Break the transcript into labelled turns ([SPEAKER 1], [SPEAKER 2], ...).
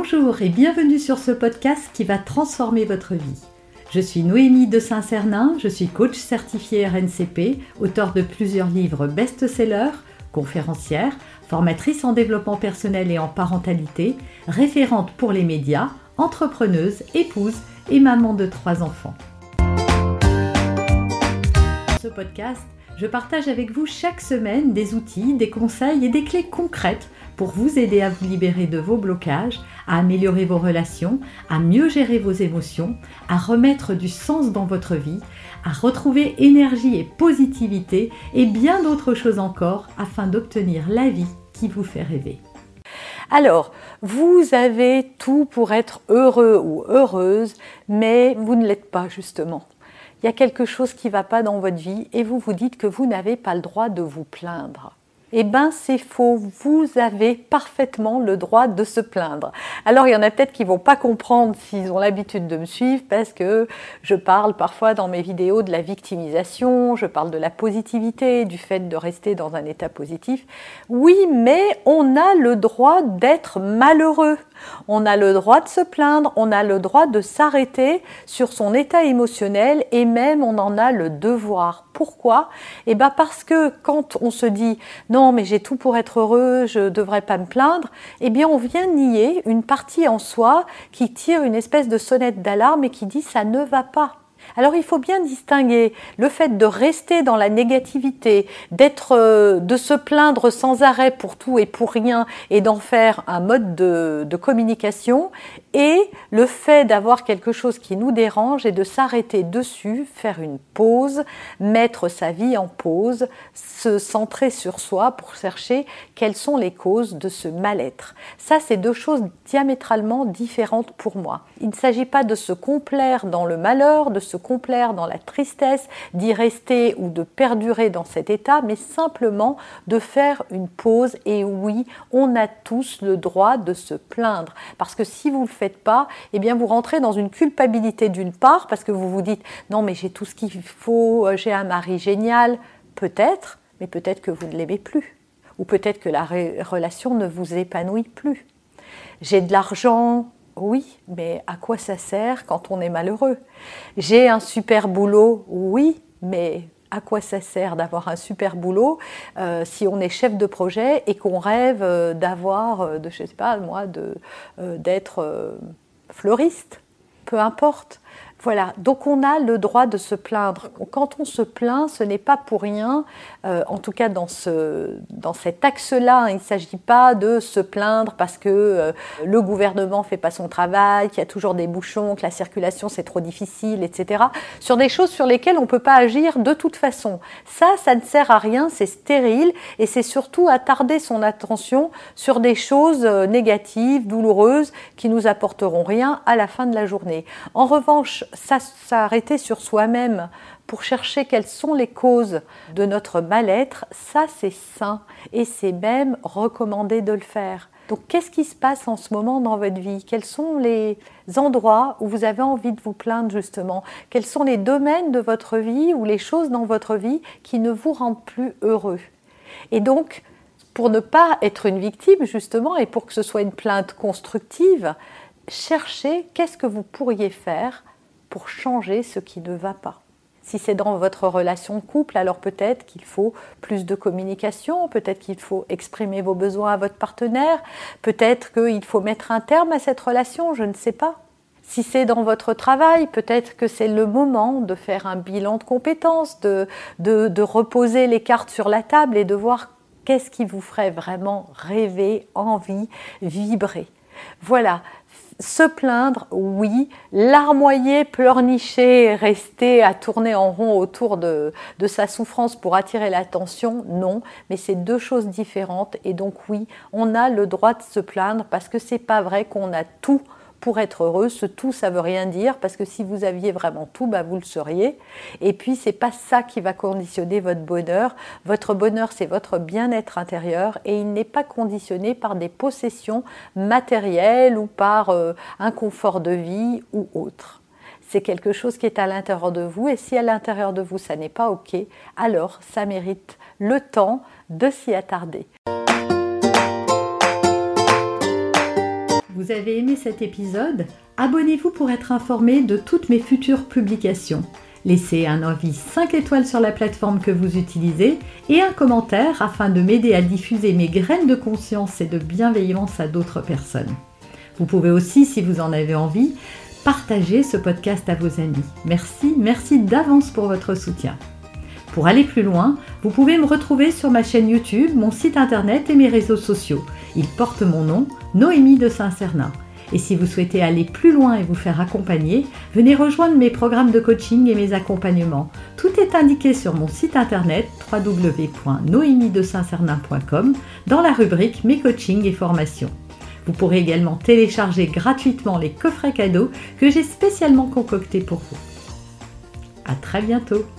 [SPEAKER 1] Bonjour et bienvenue sur ce podcast qui va transformer votre vie. Je suis Noémie de Saint-Cernin, je suis coach certifiée RNCP, auteure de plusieurs livres best-sellers, conférencière, formatrice en développement personnel et en parentalité, référente pour les médias, entrepreneuse, épouse et maman de 3 enfants. Dans ce podcast, je partage avec vous chaque semaine des outils, des conseils et des clés concrètes pour vous aider à vous libérer de vos blocages, à améliorer vos relations, à mieux gérer vos émotions, à remettre du sens dans votre vie, à retrouver énergie et positivité et bien d'autres choses encore afin d'obtenir la vie qui vous fait rêver.
[SPEAKER 2] Alors, vous avez tout pour être heureux ou heureuse, mais vous ne l'êtes pas justement. Il y a quelque chose qui ne va pas dans votre vie et vous vous dites que vous n'avez pas le droit de vous plaindre. Eh bien, c'est faux. Vous avez parfaitement le droit de se plaindre. Alors, il y en a peut-être qui ne vont pas comprendre s'ils ont l'habitude de me suivre parce que je parle parfois dans mes vidéos de la victimisation, je parle de la positivité, du fait de rester dans un état positif. Oui, mais on a le droit d'être malheureux. On a le droit de se plaindre, on a le droit de s'arrêter sur son état émotionnel et même on en a le devoir. Pourquoi ? Eh bien parce que quand on se dit « non mais j'ai tout pour être heureux, je ne devrais pas me plaindre », eh bien on vient nier une partie en soi qui tire une espèce de sonnette d'alarme et qui dit « ça ne va pas ». Alors il faut bien distinguer le fait de rester dans la négativité, de se plaindre sans arrêt pour tout et pour rien et d'en faire un mode de communication et le fait d'avoir quelque chose qui nous dérange et de s'arrêter dessus, faire une pause, mettre sa vie en pause, se centrer sur soi pour chercher quelles sont les causes de ce mal-être. Ça, c'est 2 choses diamétralement différentes pour moi. Il ne s'agit pas de se complaire dans le malheur, de se complaire dans la tristesse, d'y rester ou de perdurer dans cet état, mais simplement de faire une pause. Et oui, on a tous le droit de se plaindre. Parce que si vous ne le faites pas, eh bien vous rentrez dans une culpabilité d'une part, parce que vous vous dites « non mais j'ai tout ce qu'il faut, j'ai un mari génial ». Peut-être, mais peut-être que vous ne l'aimez plus. Ou peut-être que la relation ne vous épanouit plus. J'ai de l'argent. Oui, mais à quoi ça sert quand on est malheureux ? J'ai un super boulot, oui, mais à quoi ça sert d'avoir un super boulot si on est chef de projet et qu'on rêve d'avoir, d'être fleuriste ? Peu importe. Voilà, donc on a le droit de se plaindre. Quand on se plaint, ce n'est pas pour rien, en tout cas dans cet axe-là, il ne s'agit pas de se plaindre parce que le gouvernement ne fait pas son travail, qu'il y a toujours des bouchons, que la circulation c'est trop difficile, etc. Sur des choses sur lesquelles on ne peut pas agir de toute façon. Ça ne sert à rien, c'est stérile et c'est surtout attarder son attention sur des choses négatives, douloureuses, qui nous apporteront rien à la fin de la journée. En revanche, s'arrêter sur soi-même pour chercher quelles sont les causes de notre mal-être, ça c'est sain et c'est même recommandé de le faire. Donc qu'est-ce qui se passe en ce moment dans votre vie ? Quels sont les endroits où vous avez envie de vous plaindre justement ? Quels sont les domaines de votre vie ou les choses dans votre vie qui ne vous rendent plus heureux ? Et donc, pour ne pas être une victime justement et pour que ce soit une plainte constructive, cherchez qu'est-ce que vous pourriez faire pour changer ce qui ne va pas. Si c'est dans votre relation de couple, alors peut-être qu'il faut plus de communication, peut-être qu'il faut exprimer vos besoins à votre partenaire, peut-être qu'il faut mettre un terme à cette relation, je ne sais pas. Si c'est dans votre travail, peut-être que c'est le moment de faire un bilan de compétences, de reposer les cartes sur la table et de voir qu'est-ce qui vous ferait vraiment rêver, envie, vibrer. Voilà. Se plaindre, oui. Larmoyer, pleurnicher, rester à tourner en rond autour de sa souffrance pour attirer l'attention, non. Mais c'est 2 choses différentes et donc oui, on a le droit de se plaindre parce que c'est pas vrai qu'on a tout pour être heureux. Ce tout, ça veut rien dire parce que si vous aviez vraiment tout, vous le seriez. Et puis, c'est pas ça qui va conditionner votre bonheur. Votre bonheur, c'est votre bien-être intérieur et il n'est pas conditionné par des possessions matérielles ou par un confort de vie ou autre. C'est quelque chose qui est à l'intérieur de vous et si à l'intérieur de vous, ça n'est pas OK, alors ça mérite le temps de s'y attarder.
[SPEAKER 1] vous avez aimé cet épisode, abonnez-vous pour être informé de toutes mes futures publications. Laissez un avis 5 étoiles sur la plateforme que vous utilisez et un commentaire afin de m'aider à diffuser mes graines de conscience et de bienveillance à d'autres personnes. Vous pouvez aussi, si vous en avez envie, partager ce podcast à vos amis. Merci d'avance pour votre soutien. Pour aller plus loin, vous pouvez me retrouver sur ma chaîne YouTube, mon site internet et mes réseaux sociaux. Ils portent mon nom, Noémie de Saint-Cernin. Et si vous souhaitez aller plus loin et vous faire accompagner, venez rejoindre mes programmes de coaching et mes accompagnements. Tout est indiqué sur mon site internet www.noemiedesaintcernin.com dans la rubrique Mes coachings et formations. Vous pourrez également télécharger gratuitement les coffrets cadeaux que j'ai spécialement concoctés pour vous. À très bientôt!